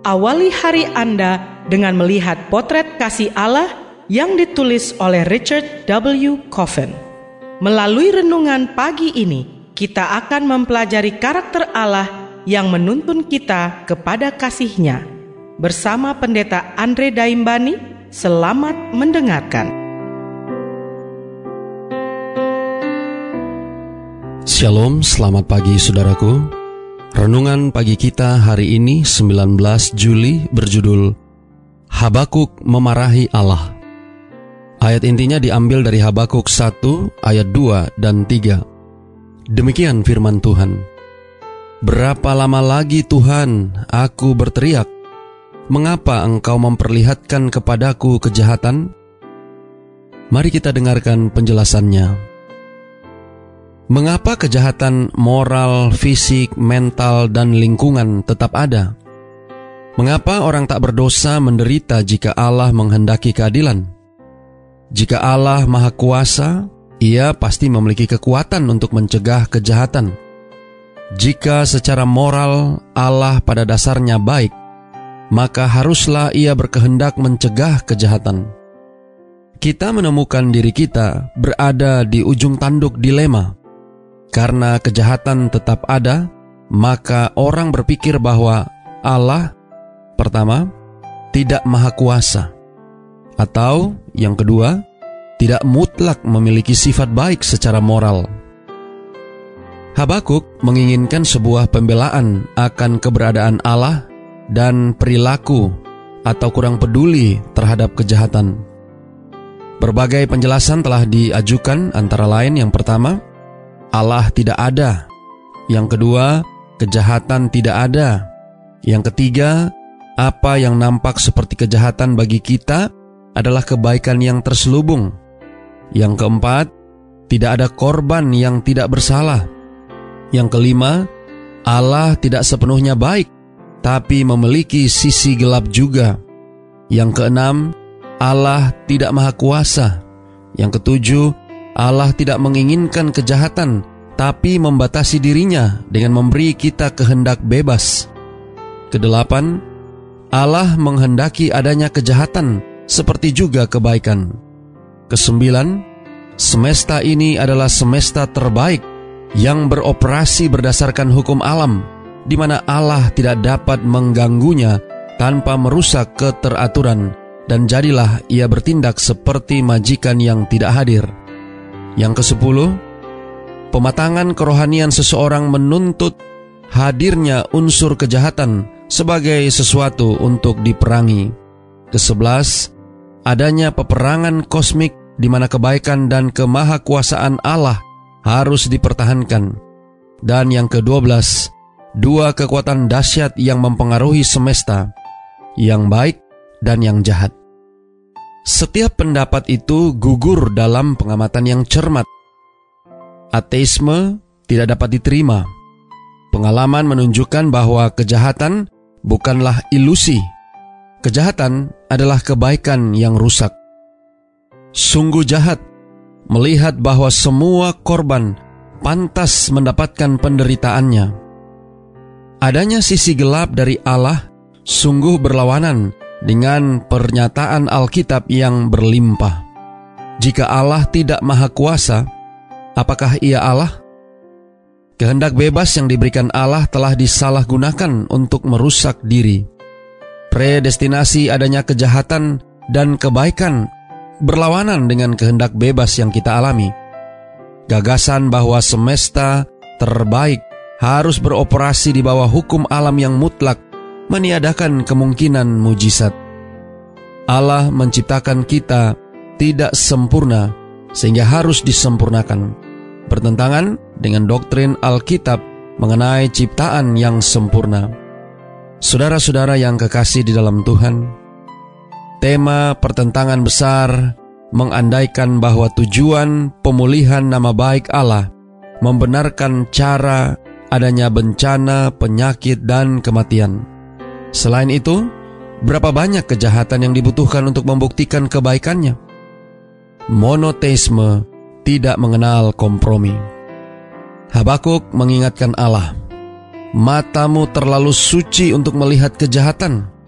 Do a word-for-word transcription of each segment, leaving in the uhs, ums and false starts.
Awali hari Anda dengan melihat potret kasih Allah yang ditulis oleh Richard W. Coven. Melalui renungan pagi ini, kita akan mempelajari karakter Allah yang menuntun kita kepada kasih-Nya. Bersama Pendeta Andre Daimbani, selamat mendengarkan. Shalom, selamat pagi saudaraku. Renungan pagi kita hari ini sembilan belas Juli berjudul Habakuk memarahi Allah. Ayat intinya diambil dari Habakuk satu ayat dua dan tiga. Demikian firman Tuhan. Berapa lama lagi Tuhan aku berteriak? Mengapa engkau memperlihatkan kepadaku kejahatan? Mari kita dengarkan penjelasannya. Mengapa kejahatan moral, fisik, mental, dan lingkungan tetap ada? Mengapa orang tak berdosa menderita jika Allah menghendaki keadilan? Jika Allah Maha Kuasa, Ia pasti memiliki kekuatan untuk mencegah kejahatan. Jika secara moral Allah pada dasarnya baik, maka haruslah Ia berkehendak mencegah kejahatan. Kita menemukan diri kita berada di ujung tanduk dilema. Karena kejahatan tetap ada, maka orang berpikir bahwa Allah, pertama, tidak maha kuasa, atau yang kedua, tidak mutlak memiliki sifat baik secara moral. Habakuk menginginkan sebuah pembelaan akan keberadaan Allah dan perilaku atau kurang peduli terhadap kejahatan. Berbagai penjelasan telah diajukan, antara lain yang pertama, Allah tidak ada. Yang kedua, kejahatan tidak ada. Yang ketiga, apa yang nampak seperti kejahatan bagi kita adalah kebaikan yang terselubung. Yang keempat, tidak ada korban yang tidak bersalah. Yang kelima, Allah tidak sepenuhnya baik, tapi memiliki sisi gelap juga. Yang keenam, Allah tidak maha kuasa. Yang ketujuh, Allah tidak menginginkan kejahatan, tapi membatasi dirinya dengan memberi kita kehendak bebas. Kedelapan, Allah menghendaki adanya kejahatan, seperti juga kebaikan. Kesembilan, semesta ini adalah semesta terbaik yang beroperasi berdasarkan hukum alam, di mana Allah tidak dapat mengganggunya tanpa merusak keteraturan, dan jadilah Ia bertindak seperti majikan yang tidak hadir. Yang kesepuluh, pematangan kerohanian seseorang menuntut hadirnya unsur kejahatan sebagai sesuatu untuk diperangi. Kesebelas, adanya peperangan kosmik di mana kebaikan dan kemahakuasaan Allah harus dipertahankan. Dan yang kedua belas, dua kekuatan dahsyat yang mempengaruhi semesta, yang baik dan yang jahat. Setiap pendapat itu gugur dalam pengamatan yang cermat. Ateisme tidak dapat diterima. Pengalaman menunjukkan bahwa kejahatan bukanlah ilusi. Kejahatan adalah kebaikan yang rusak. Sungguh jahat melihat bahwa semua korban pantas mendapatkan penderitaannya. Adanya sisi gelap dari Allah sungguh berlawanan dengan pernyataan Alkitab yang berlimpah. Jika Allah tidak maha kuasa, apakah Ia Allah? Kehendak bebas yang diberikan Allah telah disalahgunakan untuk merusak diri. Predestinasi adanya kejahatan dan kebaikan berlawanan dengan kehendak bebas yang kita alami. Gagasan bahwa semesta terbaik harus beroperasi di bawah hukum alam yang mutlak meniadakan kemungkinan mujizat. Allah menciptakan kita tidak sempurna sehingga harus disempurnakan, bertentangan dengan doktrin Alkitab mengenai ciptaan yang sempurna. Saudara-saudara yang kekasih di dalam Tuhan, tema pertentangan besar mengandaikan bahwa tujuan pemulihan nama baik Allah membenarkan cara adanya bencana, penyakit, dan kematian. Selain itu, berapa banyak kejahatan yang dibutuhkan untuk membuktikan kebaikannya? Monoteisme tidak mengenal kompromi. Habakuk mengingatkan Allah, matamu terlalu suci untuk melihat kejahatan,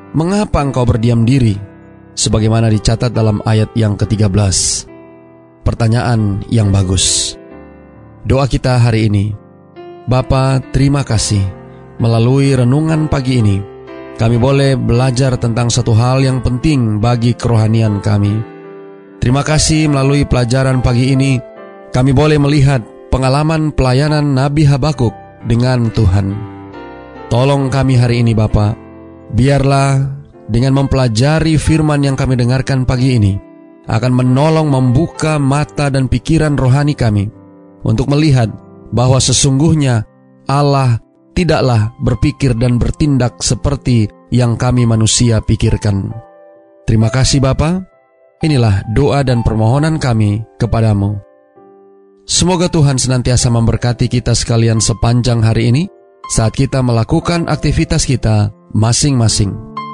mengapa engkau berdiam diri? Sebagaimana dicatat dalam ayat yang ketiga belas. Pertanyaan yang bagus. Doa kita hari ini. Bapa, terima kasih. Melalui renungan pagi ini, kami boleh belajar tentang satu hal yang penting bagi kerohanian kami. Terima kasih melalui pelajaran pagi ini, kami boleh melihat pengalaman pelayanan Nabi Habakuk dengan Tuhan. Tolong kami hari ini Bapa, biarlah dengan mempelajari firman yang kami dengarkan pagi ini, akan menolong membuka mata dan pikiran rohani kami, untuk melihat bahwa sesungguhnya Allah tidaklah berpikir dan bertindak seperti yang kami manusia pikirkan. Terima kasih Bapa. Inilah doa dan permohonan kami kepadamu. Semoga Tuhan senantiasa memberkati kita sekalian sepanjang hari ini, saat kita melakukan aktivitas kita masing-masing.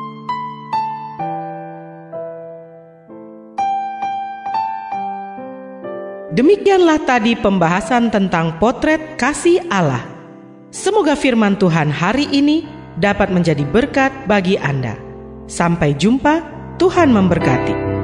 Demikianlah tadi pembahasan tentang potret kasih Allah. Semoga firman Tuhan hari ini dapat menjadi berkat bagi Anda. Sampai jumpa, Tuhan memberkati.